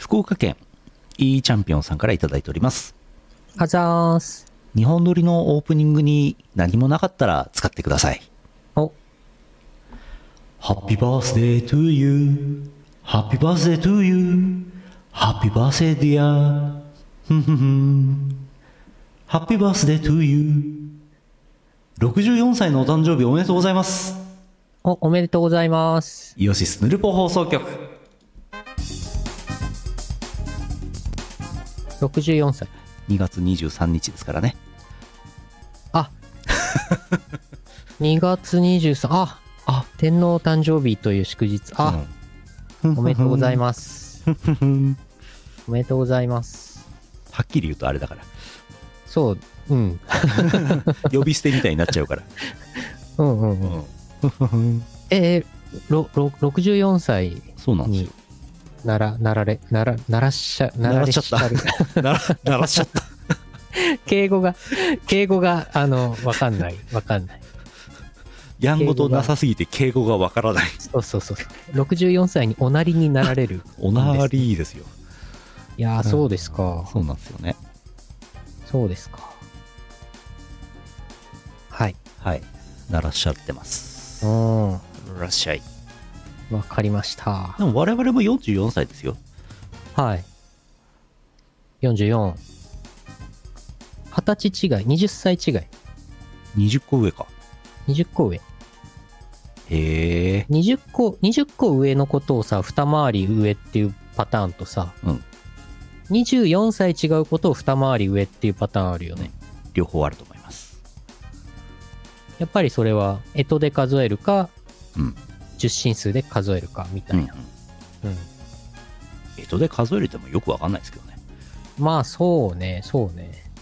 福岡県 E チャンピオンさんからいただいております。 あざーす。 日本撮りのオープニングに何もなかったら使ってください。 お、 Happy birthday to you Happy birthday to you Happy birthday dear Happy birthday to you 64歳のお誕生日おめでとうございます。 おめでとうございます。 イオシスヌルポ放送局。 64歳。 2月23日ですからね。 あ2月23、天皇誕生日という祝日。おめでとうございます。おめでとうございます。 はっきり言うとあれだから。 そう、うん。 呼び捨てみたいになっちゃうから。 64歳そうなんですよ。 ならしちゃった。敬語がわかんない。 やんごとなさすぎて敬語がわからない。 そう。64歳におなりになられる。 おなりですよ。 いやー、そうですか。 そうなんですよね。 そうですか。はい。 ならっしゃってます。らっしゃい。 わかりました。 でも我々も44歳ですよ。 はい。44。20歳違い、20歳違い。 20個上か。 20個上。 へえ。 20個上のことをさ、二回り上っていうパターンとさ、24歳違うことを二回り上っていうパターンあるよね。 両方あると思います。 やっぱりそれは、干支で数えるか、十進数で数えるか、みたいな。 干支で数えるってもよくわかんないですけどね。 まあ、そうね。干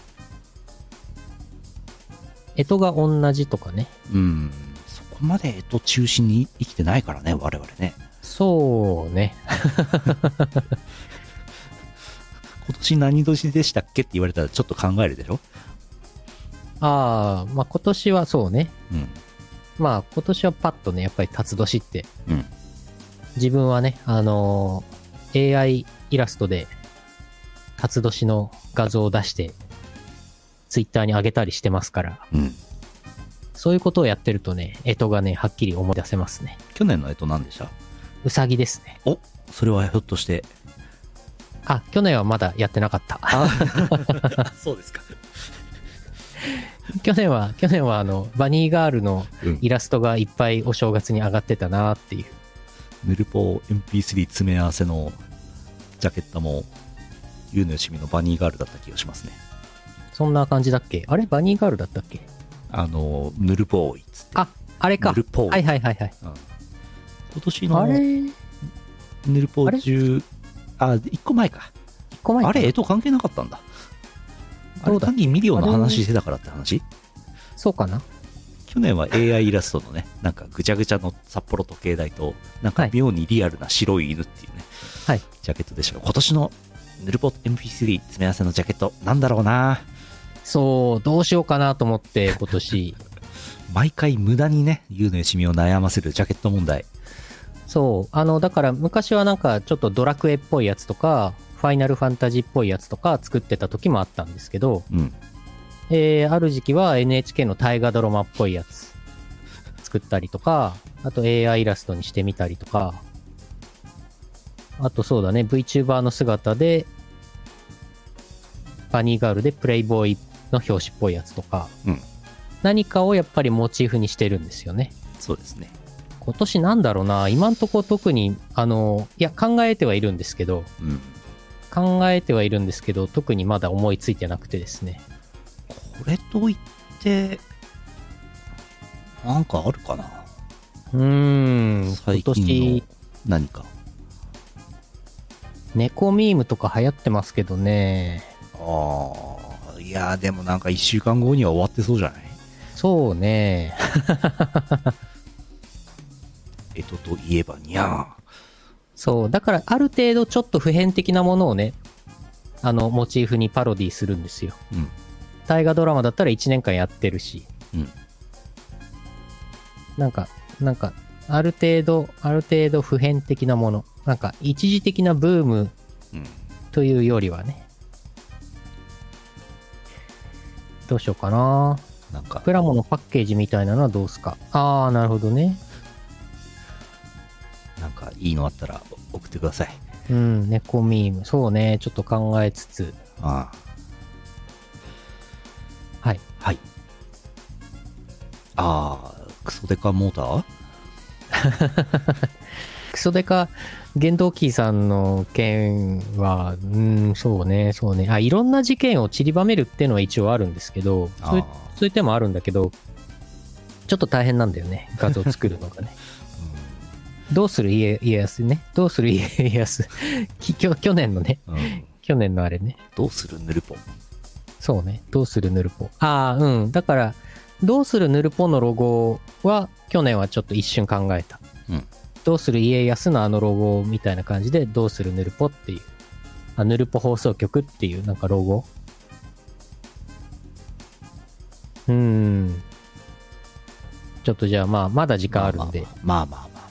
支が同じとかね。 そこまで干支中心に生きてないからね、我々ね。 そうね。 今年何年でしたっけって言われたらちょっと考えるでしょ。 まあ今年はそうね。まあ今年はパッとね、やっぱり辰年って。自分はね、AI イラストで辰年の画像を出して、ツイッターに上げたりしてますから。そういうことをやってるとね、干支がね、はっきり思い出せますね。 去年の干支何でした？ うさぎですね。 お、それはひょっとして。 去年はまだやってなかった。 そうですか。 去年はバニーガールのイラストがいっぱいお正月に上がってたなっていう。 ヌルポ MP3 詰め合わせのジャケットもゆうのよしみのバニーガールだった気がしますね。 そんな感じだっけ？あれバニーガールだったっけ？ ヌルポーイっつって。 あれか。 ヌルポーイ。 はい。 今年のあれヌルポ中、1個前か。 1個前か。 あれ干支関係なかったんだ。あれ単にミリオンの話してたからって話？ そうかな。 去年は AI イラストのね、なんかぐちゃぐちゃの札幌時計台と、なんか妙にリアルな白い犬っていうね、ジャケットでしたが、今年のヌルポ MP3 詰め合わせのジャケット、なんだろうな。 そう、どうしようかなと思って、今年。 毎回無駄にね、ゆうのよしみを悩ませるジャケット問題。 そう、だから昔はなんかちょっとドラクエっぽいやつとか、ファイナルファンタジーっぽいやつとか作ってた時もあったんですけど、ある時期は NHK の大河ドラマっぽいやつ作ったりとか、あと AI イラストにしてみたりとか、あとそうだね、VTuber の姿で、バニーガールでプレイボーイの表紙っぽいやつとか、何かをやっぱりモチーフにしてるんですよね。 そうですね。 今年なんだろうな、今んとこ特に、考えてはいるんですけど、特にまだ思いついてなくてですね。 これといってなんかあるかな。最近の何か。 猫ミームとか流行ってますけどね。 いやでもなんか1週間後には終わってそうじゃない？ そうね。 干支といえばにゃー。 そうだからある程度ちょっと普遍的なものをね、モチーフにパロディするんですよ。大河ドラマだったら1年間やってるし、なんかある程度普遍的なもの、なんか一時的なブームというよりはね。どうしようかな。 なんかプラモのパッケージみたいなのはどうすか。ああ、なるほどね。 なんかいいのあったら送ってください。 うん、猫ミーム。そうね、ちょっと考えつつ。 ああ。はい。 はい。ああ、クソデカモータークソデカ原動機さんの件は、そうね。あ、いろんな事件を散りばめるっていうのは一応あるんですけど、そういう手もあるんだけど、ちょっと大変なんだよね、画像作るのがね。どうする家康ね。どうする家康。去年のね、去年のあれね。 どうするヌルポ。 そうね。どうするヌルポ。ああ、うん。だから、どうするヌルポのロゴは、去年はちょっと一瞬考えた。どうする家康のあのロゴみたいな感じで、どうするヌルポっていう。ヌルポ放送局っていうなんかロゴ。ちょっとじゃあまだ時間あるんで。 まあ。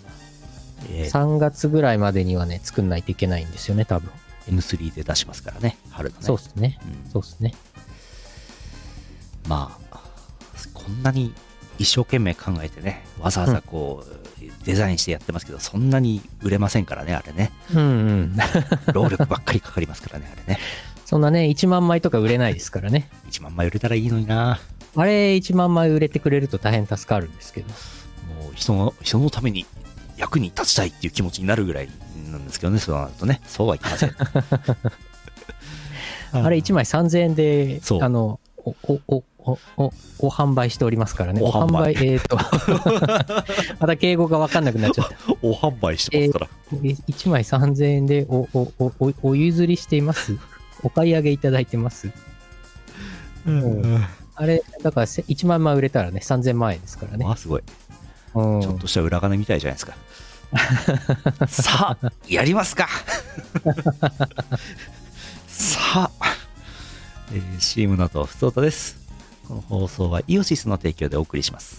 3月ぐらいまでにはね、作んないといけないんですよね、多分。 M3 で出しますからね、春のね。 そうっすね。そうっすね。 まあ、こんなに一生懸命考えてね、わざわざこう、デザインしてやってますけど、そんなに売れませんからね、あれね。労力ばっかりかかりますからね、あれね。 そんなね、1万枚とか売れないですからね。 1万枚売れたらいいのにな。 あれ、1万枚売れてくれると大変助かるんですけど。 もう人のために役に立ちたいっていう気持ちになるぐらいなんですけどね、そうなるとね、そうはいきません。 あれ1枚3000円で、お販売しておりますからね。お販売、また敬語が分かんなくなっちゃった。 お販売してますから。 1枚3000円でお譲りしています。お買い上げいただいてます。あれ、だから1万枚売れたらね、3000万円ですからね。 すごい。ちょっとした裏金みたいじゃないですか。さあ、やりますか。さあ、CM の後、ふつおたです。この放送はイオシスの提供でお送りします。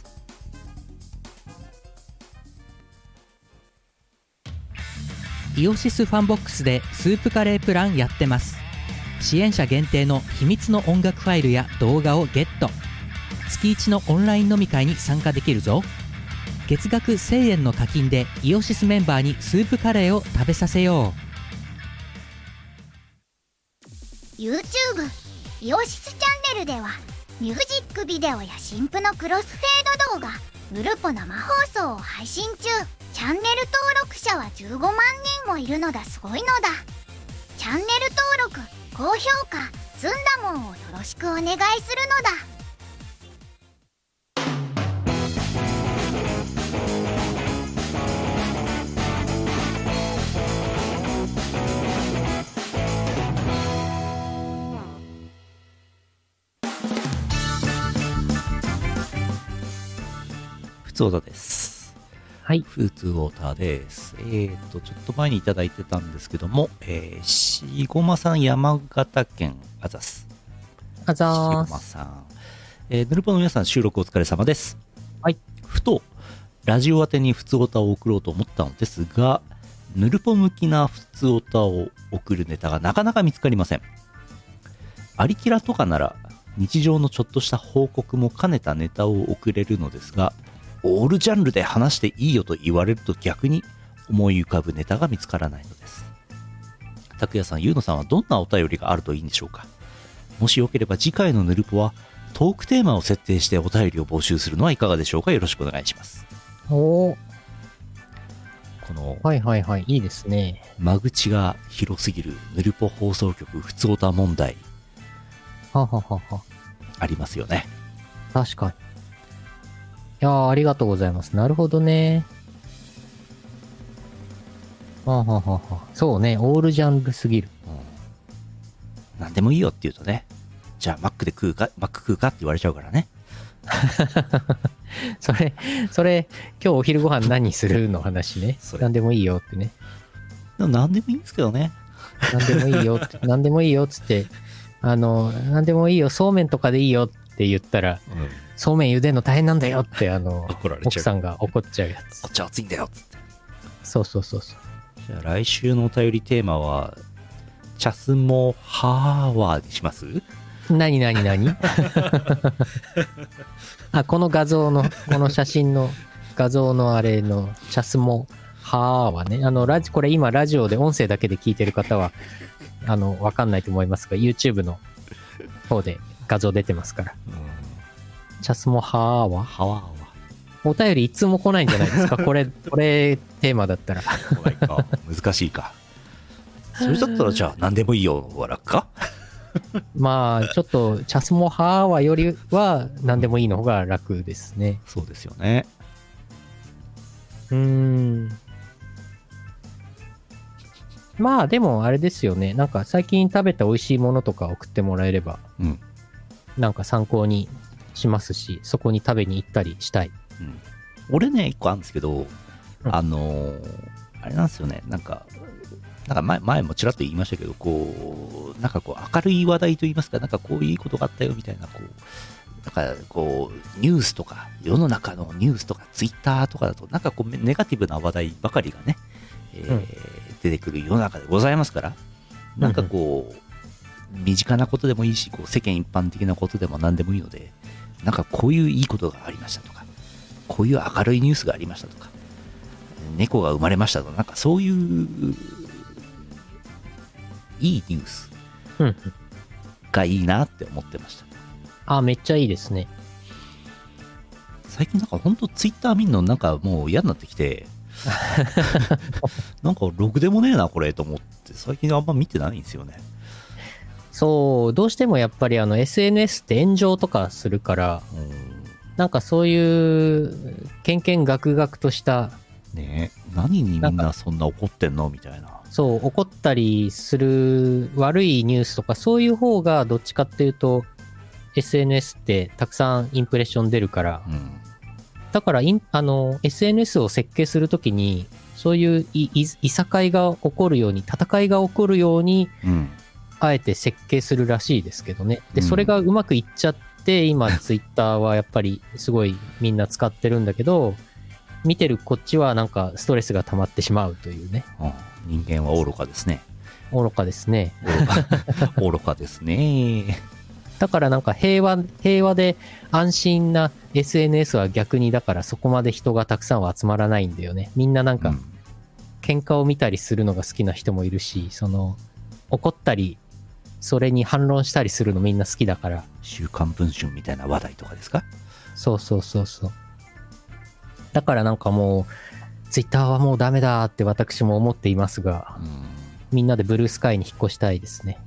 イオシスファンボックスでスープカレープランやってます。支援者限定の秘密の音楽ファイルや動画をゲット。月1のオンライン飲み会に参加できるぞ。月額1000円の課金でイオシスメンバーにスープカレーを食べさせよう。 YouTube イオシスチャンネルではミュージックビデオや新婦のクロスフェード動画、ヌルポ生放送を配信中。チャンネル登録者は15万人もいるのだ。すごいのだ。チャンネル登録、高評価、ずんだもんをよろしくお願いするのだ。 ふつおたです。 はい。 ふつおたです。ちょっと前にいただいてたんですけども、しごまさん、山形県あざす。 あざーす。 しごまさん。ヌルポの皆さん、収録お疲れ様です。 はい。 ふと、ラジオ宛てにふつおたを送ろうと思ったのですが、ヌルポ向きなふつおたを送るネタがなかなか見つかりません。アリキラとかなら、日常のちょっとした報告も兼ねたネタを送れるのですが、オールジャンルで話していいよと言われると逆に思い浮かぶネタが見つからないのです。拓也さん、ゆうのさんはどんなお便りがあるといいんでしょうか。もしよければ次回のヌルポはトークテーマを設定してお便りを募集するのはいかがでしょうか。よろしくお願いします。 おー。 このはいはいはい、いいですね。 間口が広すぎるヌルポ放送局ふつおた問題。 はははは。 ありますよね。 確かに。いやー、ありがとうございます。なるほどね。はははは。そうね、オールジャンルすぎる。 何でもいいよって言うとね、じゃあマック食うかって言われちゃうからね。 それ、今日お昼ご飯何するの話ね。何でもいいよってね。 何でもいいんですけどね。 何でもいいよって、何でもいいよっつって、何でもいいよ、そうめんとかでいいよって言ったら、そうめん茹でるの大変なんだよって奥さんが怒っちゃうやつ。 こっち熱いんだよっつって。 そう。 じゃあ来週のお便りテーマはチャスモハワにします？ 何あ、この画像の、この写真の画像のあれのチャスモハワね。これ今ラジオで音声だけで聞いてる方は、わかんないと思いますが、YouTube の方で画像出てますから。チャスモハワ。お便りいつも来ないんじゃないですかこれテーマだったら。 難しいか。それだったらじゃあ何でもいいよは楽か。 まあちょっとチャスモハワよりは何でもいいの方が楽ですね。 そうですよね。 まあでもあれですよね。なんか最近食べた美味しいものとか送ってもらえれば、なんか参考にしますし、そこに食べに行ったりしたい。 俺ね、一個あるんですけど、あれなんですよね。なんか前もちらっと言いましたけど、こう、なんかこう明るい話題といいますか、なんかこういういいことがあったよみたいな、こう、なんかこう、ニュースとか、世の中のニュースとか、ツイッターとかだと、なんかこう、ネガティブな話題ばかりがね、出てくる世の中でございますから、なんかこう、身近なことでもいいし、こう世間一般的なことでも何でもいいので、なんかこういういいことがありましたとか、こういう明るいニュースがありましたとか、猫が生まれましたとか、なんかそういういいニュースがいいなって思ってました。 あ、めっちゃいいですね。 最近なんかほんとツイッター見るのなんかもう嫌になってきてなんかろくでもねえなこれと思って最近あんま見てないんですよね。 そう、どうしてもやっぱりSNS って炎上とかするから、なんかそういうけんけんがくがくとしたねえ、何にみんなそんな怒ってんのみたいな。 そう、怒ったりする悪いニュースとかそういう方がどっちかっていうと SNS ってたくさんインプレッション出るから、だからSNS を設計するときにそういういさかいが起こるように、戦いが起こるように、あえて設計するらしいですけどね。で、それがうまくいっちゃって、今ツイッターはやっぱりすごいみんな使ってるんだけど、見てるこっちはなんかストレスが溜まってしまうというね。 人間は愚かですね。 愚かですね。 愚かですね。 だからなんか平和で安心な SNS は逆にだからそこまで人がたくさんは集まらないんだよね。みんななんか喧嘩を見たりするのが好きな人もいるし、怒ったりそれに反論したりするのみんな好きだから。 週刊文春みたいな話題とかですか？ そう。だからなんかもうツイッターはもうダメだって私も思っていますが、みんなでブルースカイに引っ越したいですね。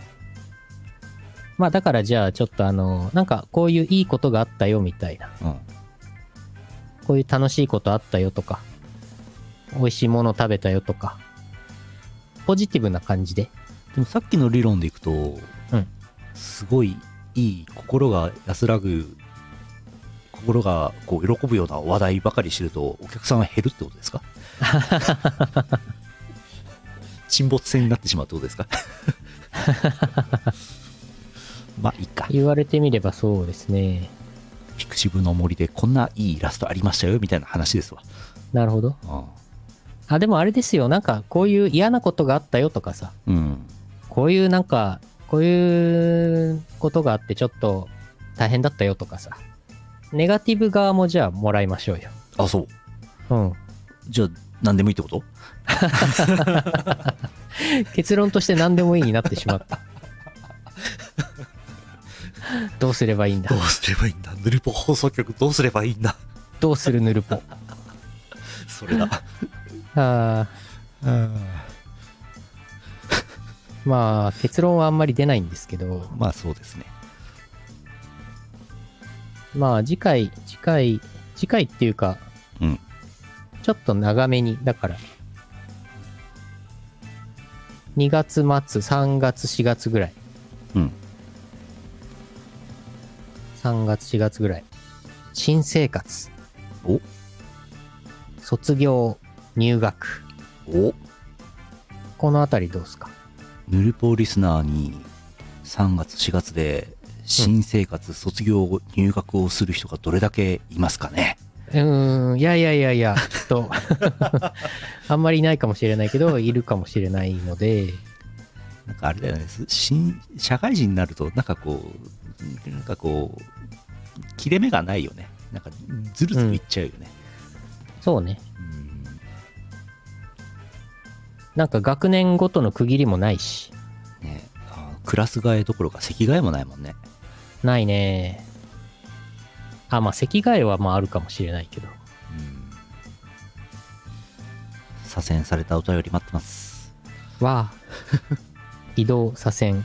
まあだからじゃあちょっとなんかこういういいことがあったよみたいな、こういう楽しいことあったよとか、美味しいもの食べたよとか、ポジティブな感じで。 でもさっきの理論でいくと、すごいいい心が安らぐ、心がこう喜ぶような話題ばかりしてるとお客さんは減るってことですか？沈没船になってしまうってことですか？まあいいか。 言われてみればそうですね。 ピクシブの森でこんないいイラストありましたよみたいな話ですわ。 なるほど。でもあれですよ、なんかこういう嫌なことがあったよとかさ、こういうなんかこういうことがあってちょっと大変だったよとかさ、ネガティブ側もじゃあもらいましょうよ。 あ、そう。じゃあ何でもいいってこと？ 結論として何でもいいになってしまった。どうすればいいんだ。 どうすればいいんだ。ヌルポ放送局どうすればいいんだ。 どうするヌルポ。 それだ。 まあ結論はあんまり出ないんですけど。 まあそうですね。 まあ次回っていうか、ちょっと長めに、だから2月末、3月、4月ぐらい。3月、4月ぐらい。新生活。卒業、入学。このあたりどうですか？ ヌルポリスナーに3月、4月で新生活、卒業、入学をする人がどれだけいますかね？ いや、ちょっとあんまりいないかもしれないけど、いるかもしれないので、 なんかあれだよね、社会人になると、なんかこう、切れ目がないよね。なんか、ずるずるいっちゃうよね。 そうね。なんか学年ごとの区切りもないし。 ね、クラス替えどころか席替えもないもんね。 ないね。まあ席替えはまああるかもしれないけど。 左遷されたお便り待ってます。 わあ。移動左遷。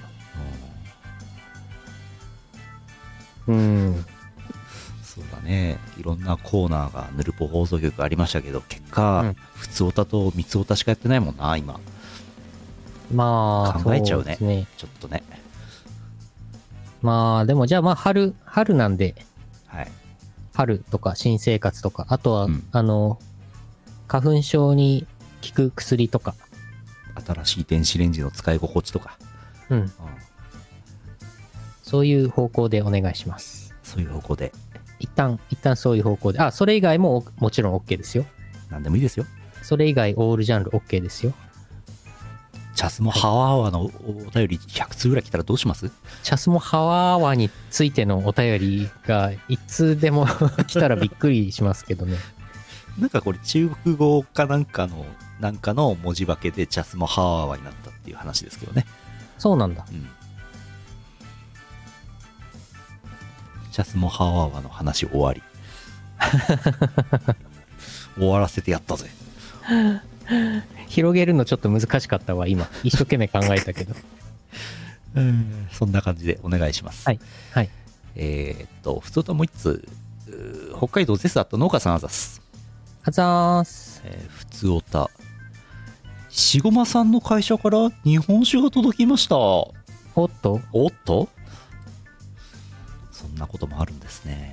そうだね。いろんなコーナーがヌルポ放送局ありましたけど、結果、普通オタと三つオタしかやってないもんな、今。 まあ、 考えちゃうね。 そうですね。 ちょっとね。 まあ、でもじゃあまあ春なんで、 はい。 春とか新生活とか、あとは、花粉症に効く薬とか。 新しい電子レンジの使い心地とか。 そういう方向でお願いします。 そういう方向で。 一旦そういう方向で。それ以外ももちろん OK ですよ。 なんでもいいですよ。 それ以外オールジャンル OK ですよ。 チャスモハワーワのお便り100通ぐらい来たらどうします？ チャスモハワーワについてのお便りがいつでも来たらびっくりしますけどね。 なんかこれ中国語かなんかの文字化けでチャスモハワーワになったっていう話ですけどね。 そうなんだ。 チャスモハワーワの話終わり。終わらせてやったぜ。 広げるのちょっと難しかったわ今一生懸命考えたけどそんな感じでお願いします。 はいはい普通ともう一つ北海道ゼスアット農家さんあざすあざーす、 普通おたしごまさんの会社から日本酒が届きました。 おっとそんなこともあるんですね。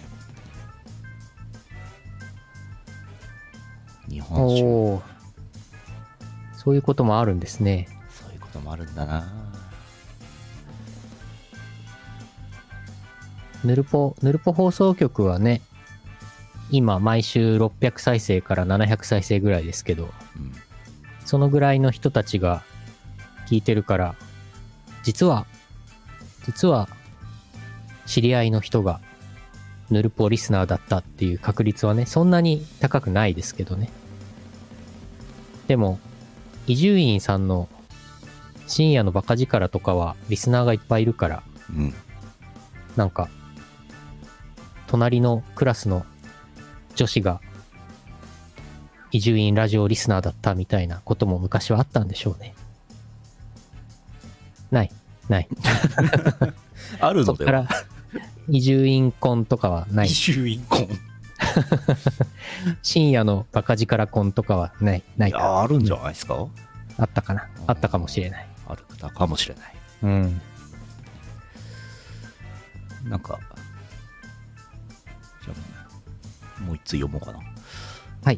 日本酒。 そういうこともあるんですね。 そういうこともあるんだな。 ヌルポ放送局はね、今毎週600再生から700再生ぐらいですけど、そのぐらいの人たちが聞いてるから、実は知り合いの人がヌルポリスナーだったっていう確率はね、そんなに高くないですけどね。でも伊集院さんの深夜のバカ力とかはリスナーがいっぱいいるから、なんか隣のクラスの女子が伊集院ラジオリスナーだったみたいなことも昔はあったんでしょうね。ないあるのでは。そっから伊集院婚とかはない。 伊集院婚深夜のバカ力婚とかはないか。 あるんじゃないですか。 あったかな。あったかもしれない。 あったかもしれない。なんかじゃあもう一つ読もうかな。 はい。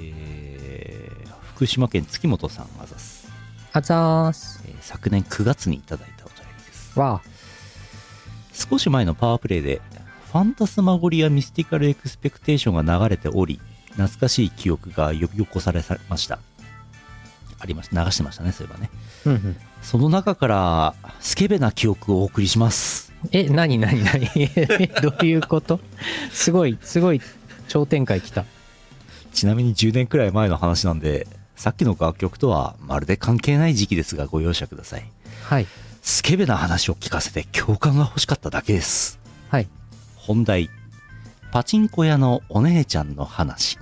福島県月本さんあざす。 あざーす。 昨年9月にいただいたお便りです。 わあ。 少し前のパワープレイでファンタスマゴリア・ミスティカル・エクスペクテーションが流れており、懐かしい記憶が呼び起こされました。流してましたね、そういえばね。その中からスケベな記憶をお送りします。 何どういうこと？すごい超展開きた。 ちなみに10年くらい前の話なんで、さっきの楽曲とはまるで関係ない時期ですがご容赦ください。 はい。 スケベな話を聞かせて共感が欲しかっただけです。 はい。 本題、パチンコ屋のお姉ちゃんの話。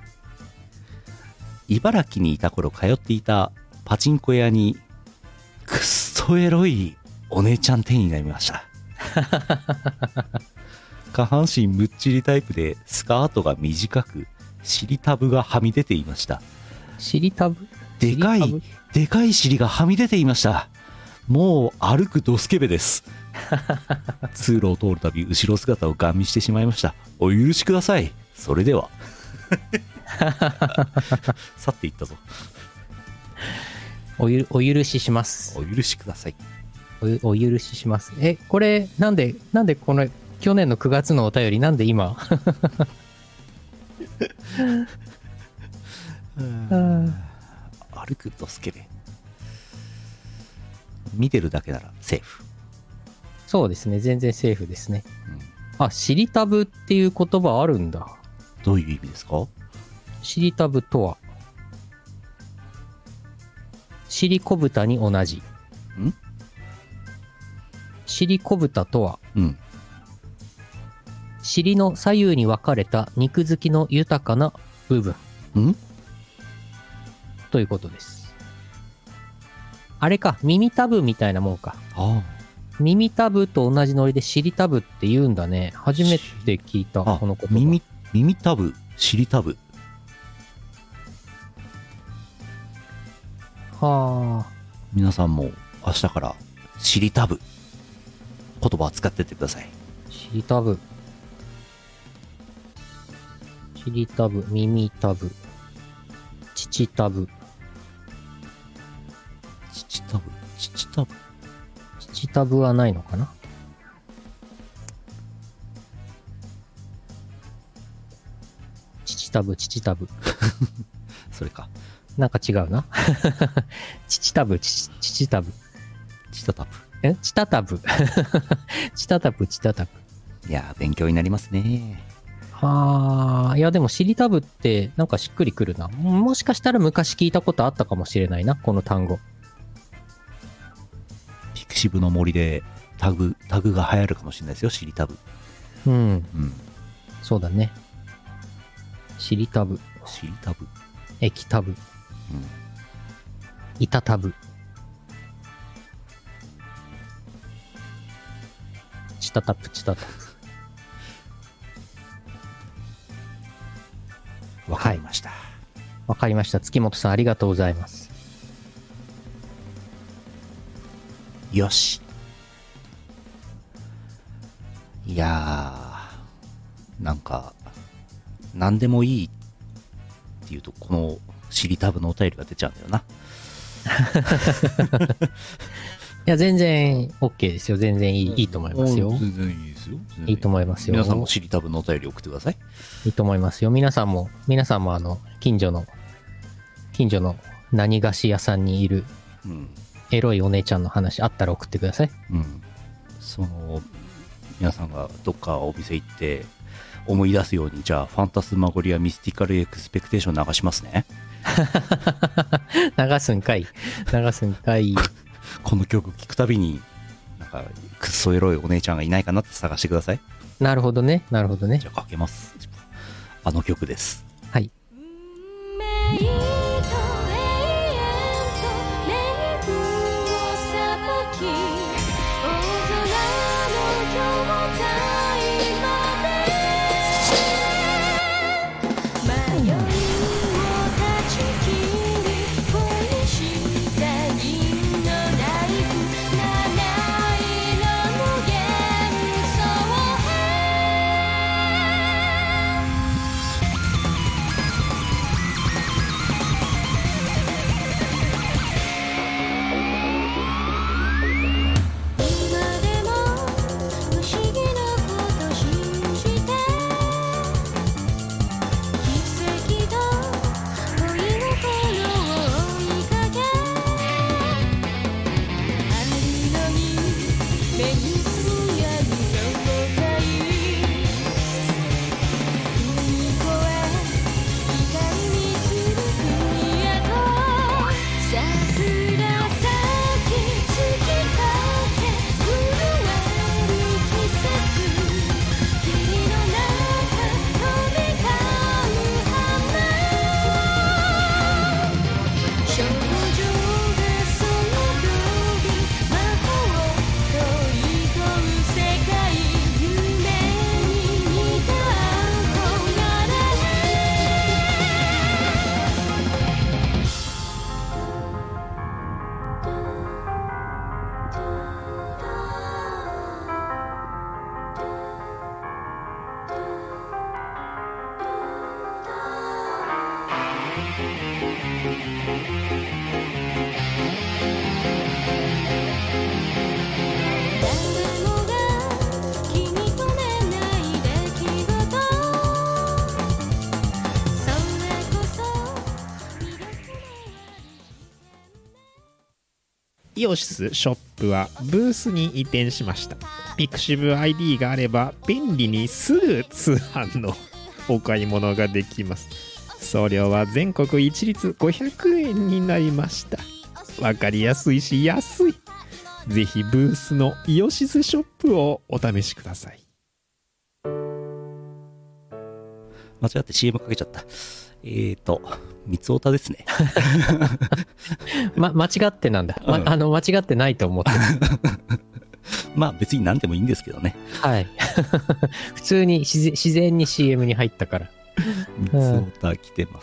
茨城にいた頃通っていたパチンコ屋にくっそエロいお姉ちゃん店員がいました下半身むっちりタイプでスカートが短く尻タブがはみ出ていました。 尻タブ？ でかい尻がはみ出ていました。もう歩くドスケベです通路を通るたび後ろ姿をガン見してしまいました。お許しください。それでは去っていったぞ。 お許しします。 お許しください。 お許しします。これなんでこの去年の9月のお便りなんで今歩くドスケベ。 見てるだけならセーフ。 そうですね、全然セーフですね。あ、しりたぶっていう言葉あるんだ。 どういう意味ですか？ しりたぶとは、しりこぶたに同じ。しりこぶたとは、尻の左右に分かれた肉づきの豊かな部分。ということです。あれか、耳たぶみたいなもんか。耳たぶと同じノリで尻たぶって言うんだね。初めて聞いた、この言葉。 耳たぶ、尻たぶ。 はあ。 皆さんも明日から尻たぶ言葉を使ってってください。 尻たぶ、尻たぶ、耳たぶ、乳たぶ、 乳たぶ、乳たぶ、 乳たぶはないのかな。乳たぶ、乳たぶ。 それか。 なんか違うな。乳たぶ、乳たぶ。 チタタブ。 チタタブ。チタタブ、チタタブ。 いやー、勉強になりますね。 はあ、いやでもシリタブってなんかしっくりくるな。もしかしたら昔聞いたことあったかもしれないな、この単語。 ピクシブの森でタグが流行るかもしれないですよ、シリタブ。 うん。そうだね。シリタブ。 シリタブ。 液タブ。板タブ。チタタプ、チタタプ。わかりました。 わかりました。月本さんありがとうございます。 よし。いやー、なんか、なんでもいいっていうと、このシリタブのお便りが出ちゃうんだよな。 いや、全然 OK ですよ。全然いいと思いますよ。 全然いいですよ。 いいと思いますよ。 皆さんもシリタブのお便り送ってください。 いいと思いますよ。皆さんも近所の何菓子屋さんにいるエロいお姉ちゃんの話あったら送ってください。 皆さんがどっかお店行って思い出すように、じゃあファンタスマゴリアミスティカルエクスペクテーション流しますね。 流すんかい。 この曲聴くたびになんかくっそエロいお姉ちゃんがいないかなって探してください。 なるほどね。じゃあかけます。あの曲です。 はい。 イオシスショップはブースに移転しました。ピクシブ ID があれば便利にすぐ通販のお買い物ができます。送料は全国一律500円になりました。わかりやすいし安い。ぜひブースのイオシスショップをお試しください。 間違って CM かけちゃった。三つおたですね。 間違ってなんだ。間違ってないと思ってる。 まあ別に何でもいいんですけどね。 はい。普通に自然に CM に入ったから。 三つおた来てます。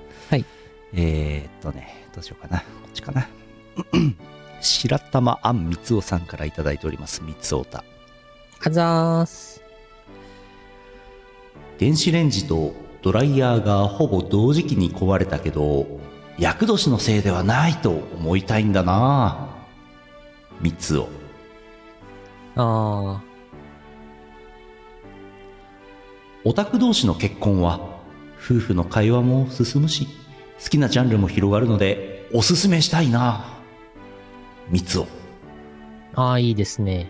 はい。 どうしようかな。こっちかな。白玉あんみつおさんからいただいております。三つおた。 あざーす。 電子レンジとドライヤーがほぼ同時期に壊れたけど、厄年のせいではないと思いたいんだな。三つお。オタク同士の結婚は夫婦の会話も進むし、好きなジャンルも広がるのでおすすめしたいな。三つお。 いいですね。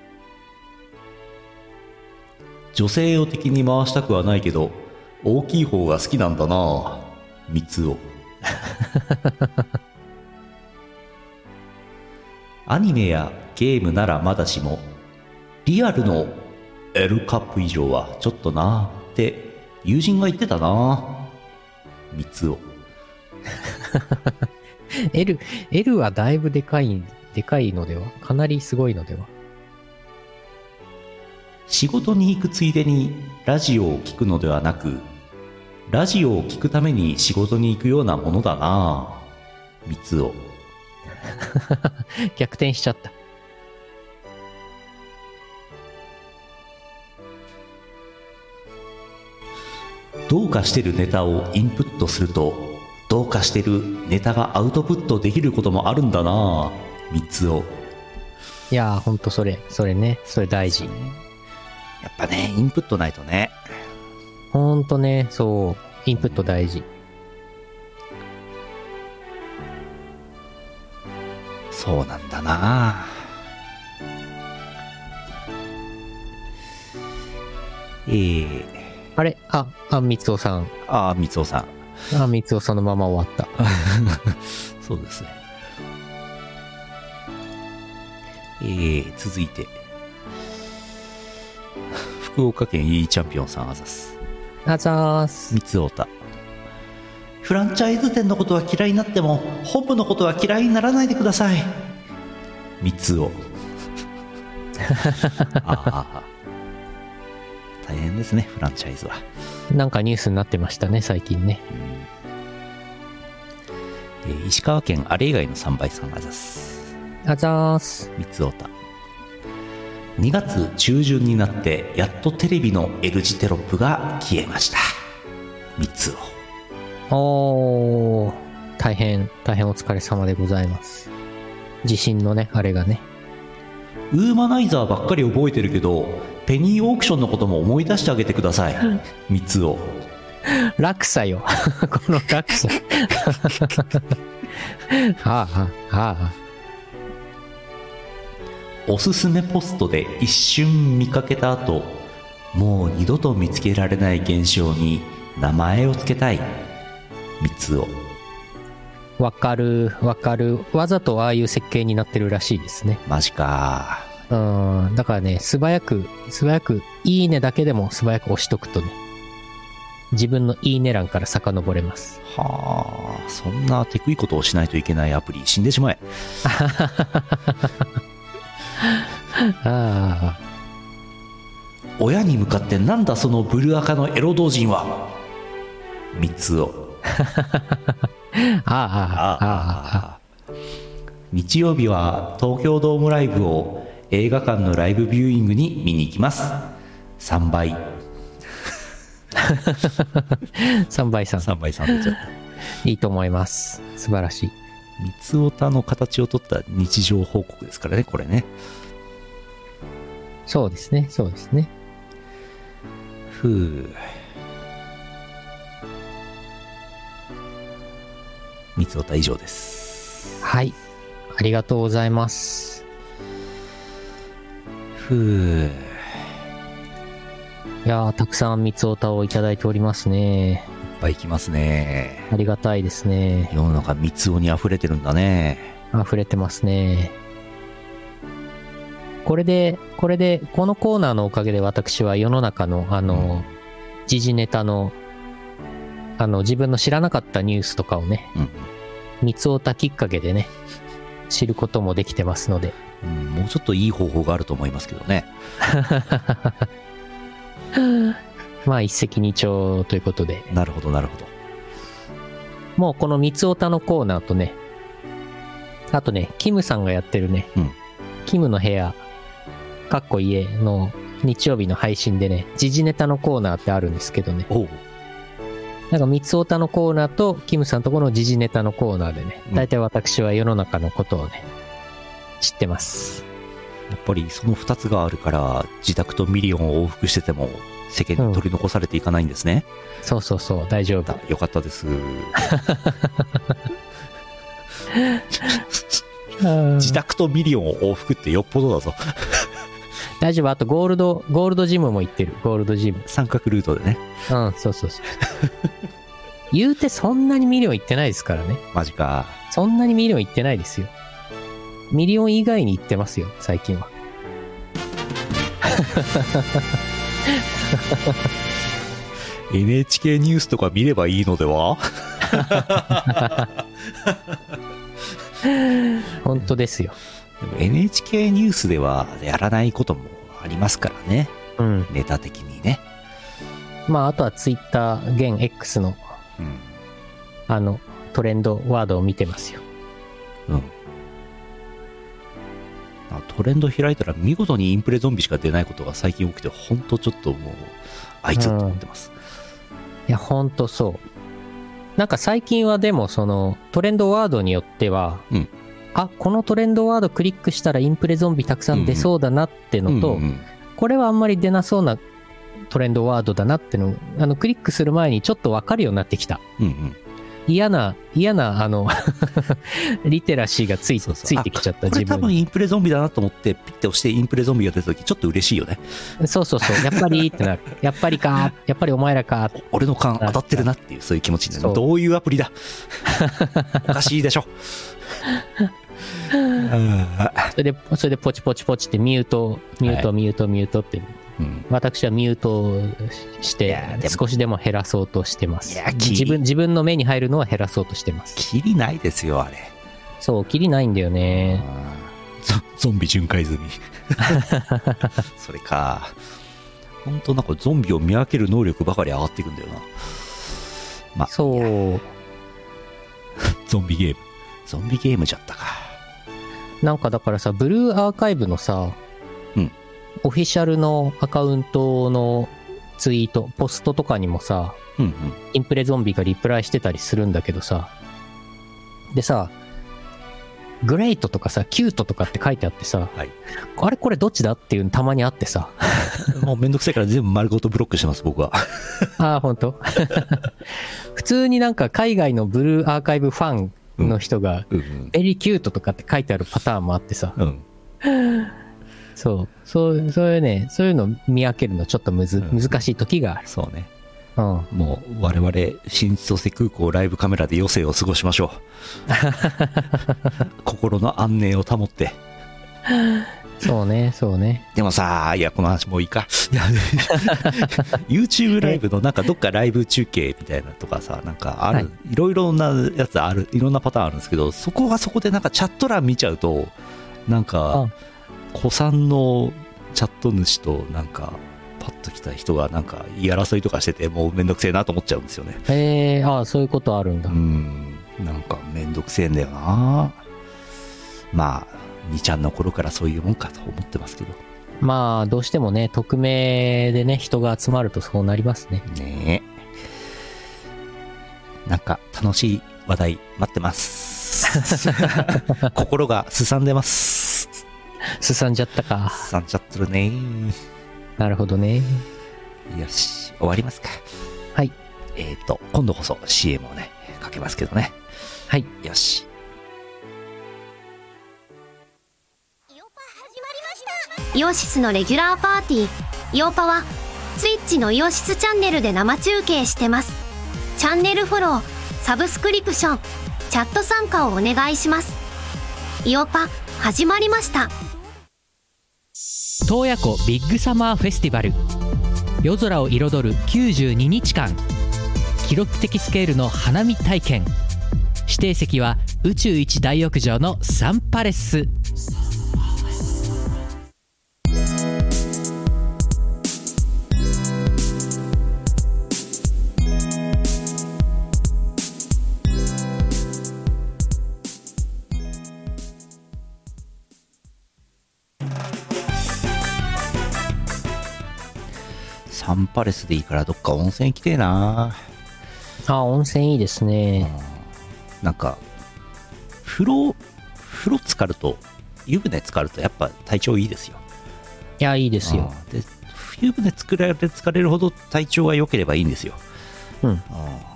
女性を敵に回したくはないけど大きい方が好きなんだな。三つお。アニメやゲームならまだしもリアルの L カップ以上はちょっとなって友人が言ってたな。三つお。 L はだいぶでかいのでは、かなりすごいのでは。 仕事に行くついでにラジオを聞くのではなく、ラジオを聞くために仕事に行くようなものだな。三つお。 逆転しちゃった。 どうかしてるネタをインプットすると、どうかしてるネタがアウトプットできることもあるんだな。三つお。 いやー、ほんとそれね、それ大事。 やっぱね、インプットないとね。 ほんとね、そう、インプット大事。 そうなんだな。 あれみつおさん。 みつおさん。 みつおさんのまま終わった。 そうですね。続いて。福岡県いいチャンピオンさんあざす。 あざーす。 三つおた。フランチャイズ店のことは嫌いになっても本部のことは嫌いにならないでください。三つお。大変ですね、フランチャイズは。 なんかニュースになってましたね、最近ね。 石川県あれ以外の3倍さんあざす。 あざーす。 三つおた。2月中旬になってやっとテレビの L 字テロップが消えました。三つお。大変お疲れ様でございます。地震のね、あれがね。 ウーマナイザーばっかり覚えてるけどペニーオークションのことも思い出してあげてください。三つお。 落差よ。この落差。 おすすめポストで一瞬見かけた後、もう二度と見つけられない現象に名前をつけたい。三つお。 わかる。わざとああいう設計になってるらしいですね。 マジか。 だからね、素早くいいねだけでも素早く押しとくとね、自分のいいね欄から遡れます。 はあ、そんなテクいことをしないといけないアプリ死んでしまえ。親に向かってなんだそのブルアカのエロ同人は。三つお。日曜日は東京ドームライブを映画館のライブビューイングに見に行きます。3倍。 3倍さん。 3倍さん出ちゃった。 いいと思います。素晴らしい。 三つおたの形を取った日常報告ですからね、これね。 そうですね。 ふう。三つおた以上です。 はい。 ありがとうございます。 いやー、たくさん三つおたをいただいておりますね。 いっぱい来ますね。 ありがたいですね。 世の中三つおに溢れてるんだね。 溢れてますね。このコーナーのおかげで私は世の中の時事ネタの自分の知らなかったニュースとかをね、三つおたきっかけでね、知ることもできてますので、 もうちょっといい方法があると思いますけどね。 まあ一石二鳥ということで。 なるほどなるほど。 もうこの三つおたのコーナーとね、あとね、キムさんがやってるね、キムの部屋かっこ家の日曜日の配信でね、時事ネタのコーナーってあるんですけどね。なんか三つおたのコーナーとキムさんとこの時事ネタのコーナーでね、大体私は世の中のことをね、知ってます。 やっぱりその2つがあるから自宅とミリオンを往復してても世間に取り残されていかないんですね。 そうそうそう、大丈夫。 よかったです。自宅とミリオンを往復ってよっぽどだぞ。 大丈夫。あとゴールドジムも行ってる。ゴールドジム。 三角ルートでね。 そうそうそう。言うてそんなにミリオン行ってないですからね。 マジか。 そんなにミリオン行ってないですよ。ミリオン以外に行ってますよ、最近は。 NHK ニュースとか見ればいいのでは？ 本当ですよ。 でも NHK ニュースではやらないこともありますからね。ネタ的にね。 まああとはツイッター現 X の、トレンドワードを見てますよ。 トレンド開いたら見事にインプレゾンビしか出ないことが最近起きて、ほんとちょっともうあいつって思ってます。 いやほんとそう。なんか最近はでもそのトレンドワードによっては、このトレンドワードクリックしたらインプレゾンビたくさん出そうだなってのと、これはあんまり出なそうなトレンドワードだなってのクリックする前にちょっと分かるようになってきた。嫌なリテラシーがついてきちゃった自分。 これ多分インプレゾンビだなと思ってピッて押してインプレゾンビが出た時ちょっと嬉しいよね。 そうそうそう、やっぱりってなる。やっぱりか、やっぱりお前らか、 俺の勘当たってるなっていう、そういう気持ちになる。どういうアプリだ。おかしいでしょ。 それでポチポチポチってミュートって私はミュートして少しでも減らそうとしてます。自分の目に入るのは減らそうとしてます。 キリないですよあれ。 そう、キリないんだよね。 ゾンビ巡回済み。それか。本当なんかゾンビを見分ける能力ばかり上がっていくんだよな。 そう。 ゾンビゲームじゃったか。 なんかだからさ、ブルーアーカイブのさ、オフィシャルのアカウントのツイート、ポストとかにもさ、インプレゾンビがリプライしてたりするんだけどさ、でさ、グレートとかさ、キュートとかって書いてあってさ、あれこれどっちだっていうのたまにあってさ、 もうめんどくさいから全部丸ごとブロックしてます僕は。 ああ、ほんと。普通になんか海外のブルーアーカイブファンの人が、ベリーキュートとかって書いてあるパターンもあってさ、そういうね、そういうの見分けるのちょっと難しい時がある。 そうね。もう我々新千歳空港ライブカメラで余生を過ごしましょう。心の安寧を保って。 そうね。 でもさ、いやこの話もういいか。YouTube ライブのなんかどっかライブ中継みたいなとかさ、なんかある、いろいろなやつある、いろんなパターンあるんですけど、そこがそこでなんかチャット欄見ちゃうとなんか古参のチャット主となんかパッと来た人がなんか言い争いとかしてて、もうめんどくせえなと思っちゃうんですよね。 そういうことあるんだ。 なんかめんどくせえんだよな。まあ2ちゃんの頃からそういうもんかと思ってますけど、 まあどうしてもね、匿名でね人が集まるとそうなりますね。 ねえ、なんか楽しい話題待ってます。心がすさんでます。 すさんじゃったか。 すさんじゃってるね。 なるほどね。 よし、終わりますか。 はい。 今度こそ CM をねかけますけどね。 はい。 よし。 イオシスのレギュラーパーティーイオパはツイッチのイオシスチャンネルで生中継してます。チャンネルフォロー、サブスクリプション、チャット参加をお願いします。イオパ始まりました。 洞爺湖ビッグサマーフェスティバル、夜空を彩る92日間、記録的スケールの花見体験。指定席は宇宙一大浴場のサンパレス。 サンパレスでいいからどっか温泉行きてえな。 あ、温泉いいですね。 なんか風呂浸かると、湯船浸かるとやっぱ体調いいですよ。 いや、いいですよ。 で湯船浸かれるほど体調が良ければいいんですよ。 うん。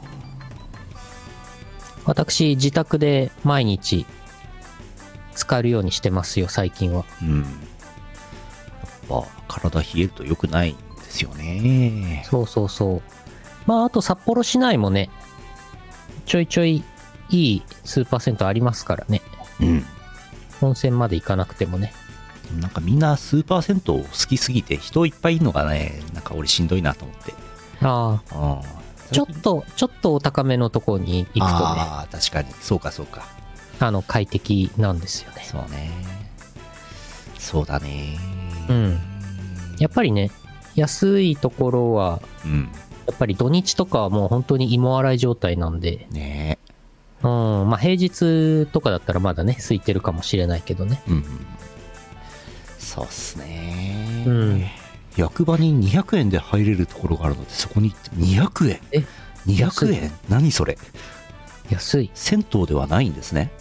私自宅で毎日浸かるようにしてますよ、最近は。 うん。やっぱ体冷えると良くないんですよね。 そうそうそう。まああと札幌市内もね、ちょいちょいいいスーパー銭湯ありますからね。 うん。 温泉まで行かなくてもね。 なんかみんなスーパー銭湯好きすぎて人いっぱいいるのがね、なんか俺しんどいなと思って。 ああ。ちょっとお高めのところに行くとね。 ああ、確かに。そうかそうか。 快適なんですよね。 そうね。そうだね。 うん。やっぱりね、安いところは、 うん。 やっぱり土日とかはもう本当に芋洗い状態なんで。 ねえ。 まあ平日とかだったらまだね、空いてるかもしれないけどね。 うん。そうっすね。 うん。 役場に200円で入れるところがあるので、そこに行って200円。200円？何それ？ 安い。 銭湯ではないんですね。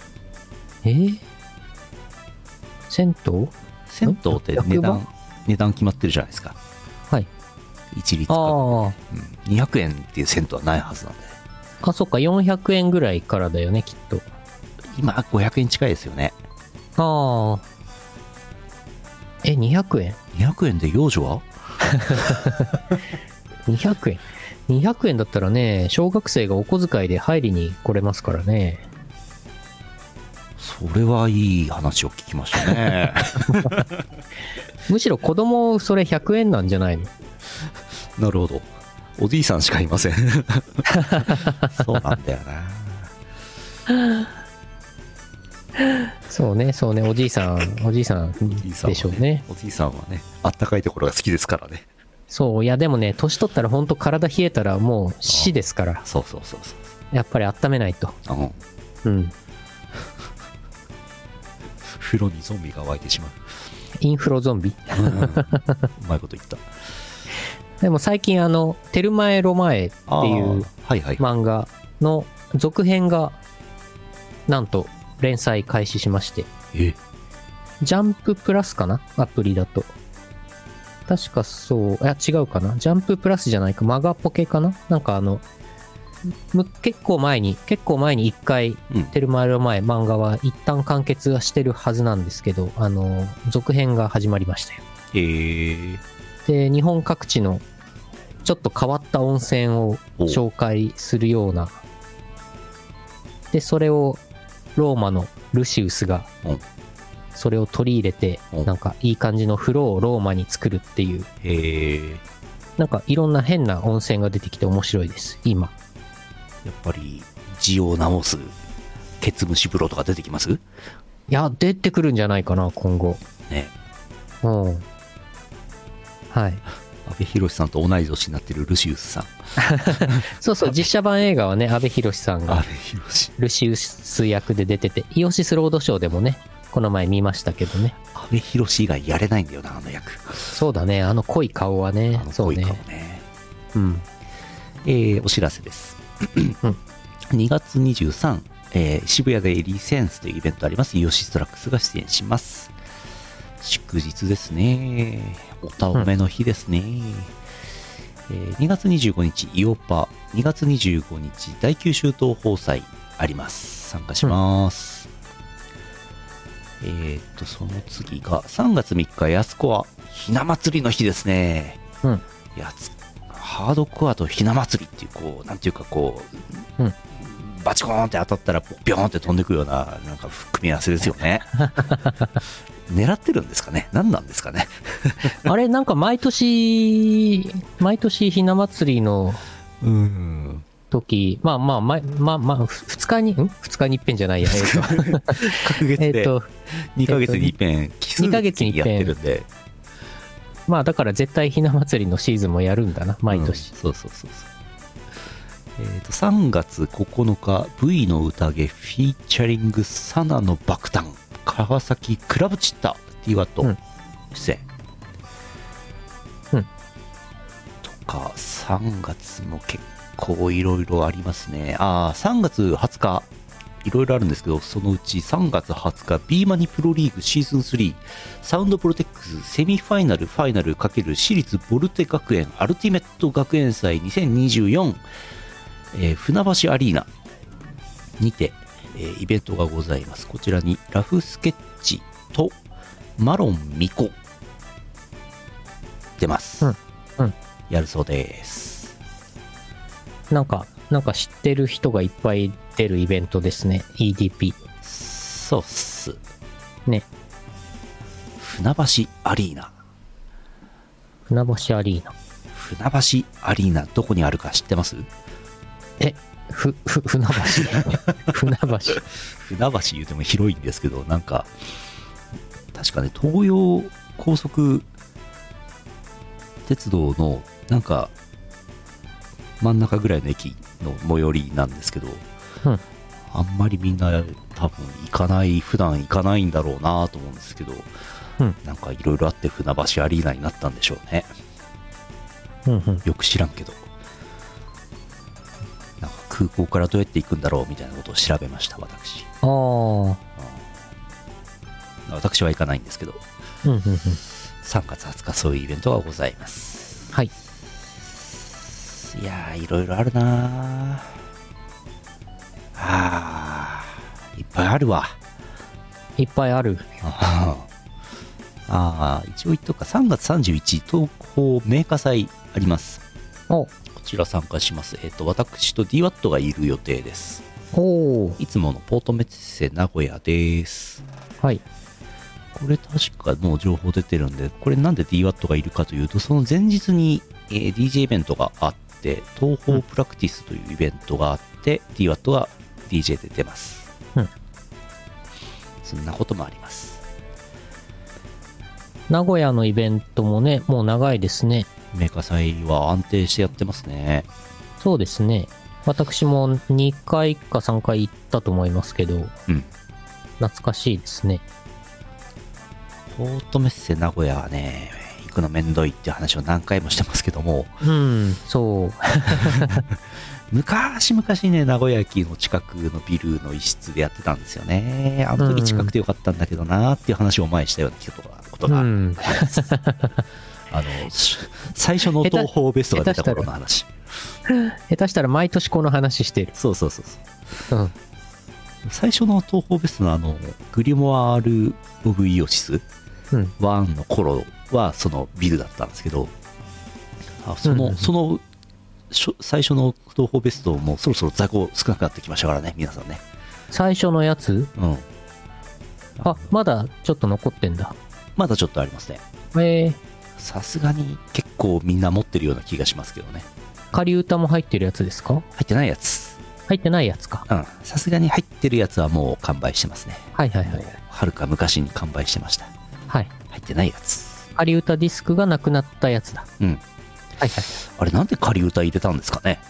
銭湯？ 銭湯って値段決まってるじゃないですか。 はい。 一律価格、200円っていう銭湯はないはずなんで。 あ、そっか、400円ぐらいからだよね、きっと。 今500円近いですよね。 ああ。200円 ?200 円で養女は 200円200円だったらね、小学生がお小遣いで入りに来れますからね。 それはいい話を聞きましたね。 むしろ子供それ100円なんじゃないの？ なるほど。おじいさんしかいません。そうなんだよな。 そうね、おじいさんでしょうね。 おじいさんはね、あったかいところが好きですからね。 そう、いやでもね、年取ったら本当体冷えたらもう死ですから。 そう。 やっぱり温めないと。うん。 風呂にゾンビが湧いてしまう。 インフロゾンビ？ うまいこと言った。 でも最近テルマエロマエっていう漫画の続編がなんと連載開始しまして。 ジャンププラスかな？アプリだと。確かそう、いや違うかな？ジャンププラスじゃないか、マガポケかな？なんか結構前に一回、テルマエロマエ漫画は一旦完結はしてるはずなんですけど、続編が始まりましたよ。で、日本各地のちょっと変わった温泉を紹介するような。で、それをローマのルシウスが、それを取り入れて、なんかいい感じの風呂をローマに作るっていう。なんかいろんな変な温泉が出てきて面白いです、今。 やっぱり、痔を治す、ケツ虫風呂とか出てきます？いや、出てくるんじゃないかな、今後。 ね。 はい。 阿部寛さんと同い年になってるルシウスさん。 そう、実写版映画はね、阿部寛さんがルシウス役で出てて、イオシスロードショーでもね、この前見ましたけどね。 阿部寛以外やれないんだよな、あの役。 そうだね、濃い顔はね。 濃い顔ね。 うん。 お知らせです。2月23、渋谷でエリーセンスというイベントあります。イオシストラックスが出演します。祝日ですね。お倒めの日ですね。2月25日イオパ、2月25日第9州東宝祭あります。参加します。 その次が3月3日、安子はひな祭りの日ですね。 うん。 ハードコアとひな祭りっていう、こう、なんていうかこう、バチコーンって当たったらビョーンって飛んでくような、なんか組み合わせですよね。狙ってるんですかね。何なんですかね。 あれ、なんか毎年ひな祭りの時、まあ、2日に一遍じゃないや。 隔月で、2ヶ月に一遍、 2ヶ月に一遍やってるんで。まあ、だから絶対ひな祭りのシーズンもやるんだな、毎年。 そうそうそうそう。3月9日 V の宴フィーチャリングサナの爆弾川崎クラブチッタ DWAT 出演、とか3月も結構いろいろありますね。3月20日いろいろあるんですけど、そのうち3月20日 B マニプロリーグシーズン3サウンドプロテックスセミファイナルファイナル×私立ボルテ学園アルティメット学園祭2024、船橋アリーナにて、イベントがございます。こちらにラフスケッチとマロンミコ出ます、やるそうです。 なんか知ってる人がいっぱい出るイベントですね。 EDP そうっすね。 船橋アリーナ船橋アリーナどこにあるか知ってます？ 船橋船橋言うても広いんですけど、なんか確かね、東洋高速鉄道のなんか真ん中ぐらいの駅の最寄りなんですけど、あんまりみんな多分普段行かないんだろうなと思うんですけど、なんかいろいろあって船橋アリーナになったんでしょうね。よく知らんけど、なんか空港からどうやって行くんだろうみたいなことを調べました、私。私は行かないんですけど、3月20日そういうイベントがございます。 はい。 いやー、いろいろあるなあ。いっぱいあるわ。 いっぱいある。 一応言っとくか、3月31東宝メーカー祭あります。こちら参加します。私と DWAT がいる予定です。いつものポートメッセ名古屋です。 はい。 これ確かもう情報出てるんで、これなんで DWAT がいるかというと、その前日に、DJ イベントがあって、東宝プラクティスというイベントがあって、DWAT が DJ で出ます。そんなこともあります。 名古屋のイベントもね、もう長いですね。 メーカー祭は安定してやってますね。 そうですね。私も2回か3回行ったと思いますけど、懐かしいですね。 ポートメッセ名古屋はね、行くのめんどいっていう話を何回もしてますけども、 そう。 昔ね、名古屋駅の近くのビルの一室でやってたんですよね。あの時近くてよかったんだけどなーっていう話を前にしたようなことがあります。最初の東宝ベストが出た頃の話。 下手したら毎年この話してる。 そう。最初の東宝ベストのグリモワール・オブ・イオシス1の頃はそのビルだったんですけど、その最初の東宝ベストもそろそろ在庫少なくなってきましたからね、皆さんね。 最初のやつ？まだちょっと残ってんだ。 まだちょっとありますね。さすがに結構みんな持ってるような気がしますけどね。 仮歌も入ってるやつですか？ 入ってないやつ。 入ってないやつか。 さすがに入ってるやつはもう完売してますね。はるか昔に完売してました。入ってないやつ。 仮歌ディスクがなくなったやつだ。 あれなんで仮歌入れたんですかね。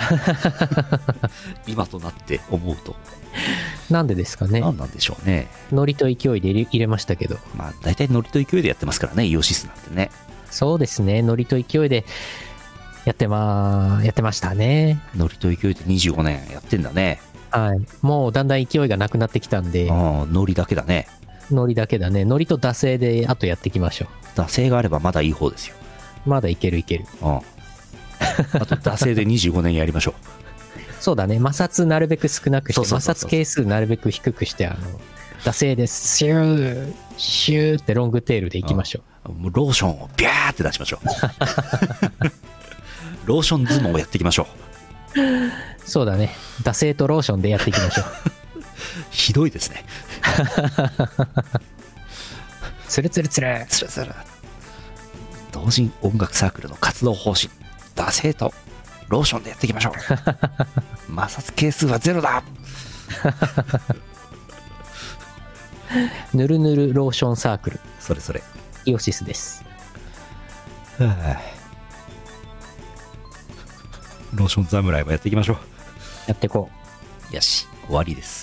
今となって思うと。 なんでですかね。 なんでしょうね。 ノリと勢いで入れましたけど。 大体ノリと勢いでやってますからね、イオシスなんてね。 そうですね、ノリと勢いでやってましたね。 ノリと勢いで25年やってんだね。 もうだんだん勢いがなくなってきたんで。 ノリだけだね。 ノリだけだね。ノリと惰性であとやっていきましょう。惰性があればまだいい方ですよ。 まだいける。 あと惰性で25年やりましょう。 そうだね。摩擦なるべく少なくして、摩擦係数なるべく低くして、 惰性です。シュー、シューってロングテールでいきましょう。 もうローションをビャーって出しましょう。ローション相撲をやっていきましょう。そうだね。惰性とローションでやっていきましょう。 ひどいですね。 つるつるつる。 つるつる。同人音楽サークルの活動方針。惰性とローションでやっていきましょう。摩擦係数はゼロだ。 ぬるぬるローションサークル。 それそれ。 イオシスです。 はあ、ローション侍もやっていきましょう。 やっていこう。よし、終わりです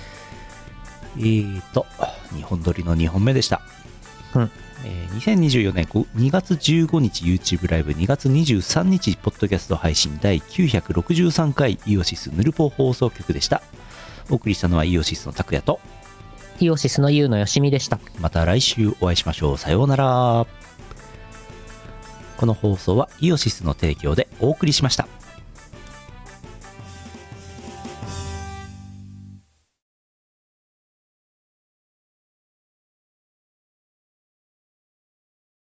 。2本撮りの2本目でした。 うん。 2024年2月15日 YouTube ライブ、2月23日ポッドキャスト配信第963回イオシスヌルポ放送局でした。お送りしたのはイオシスの拓也とイオシスのユウのよしみでした。 また来週お会いしましょう。さようなら。この放送はイオシスの提供でお送りしました。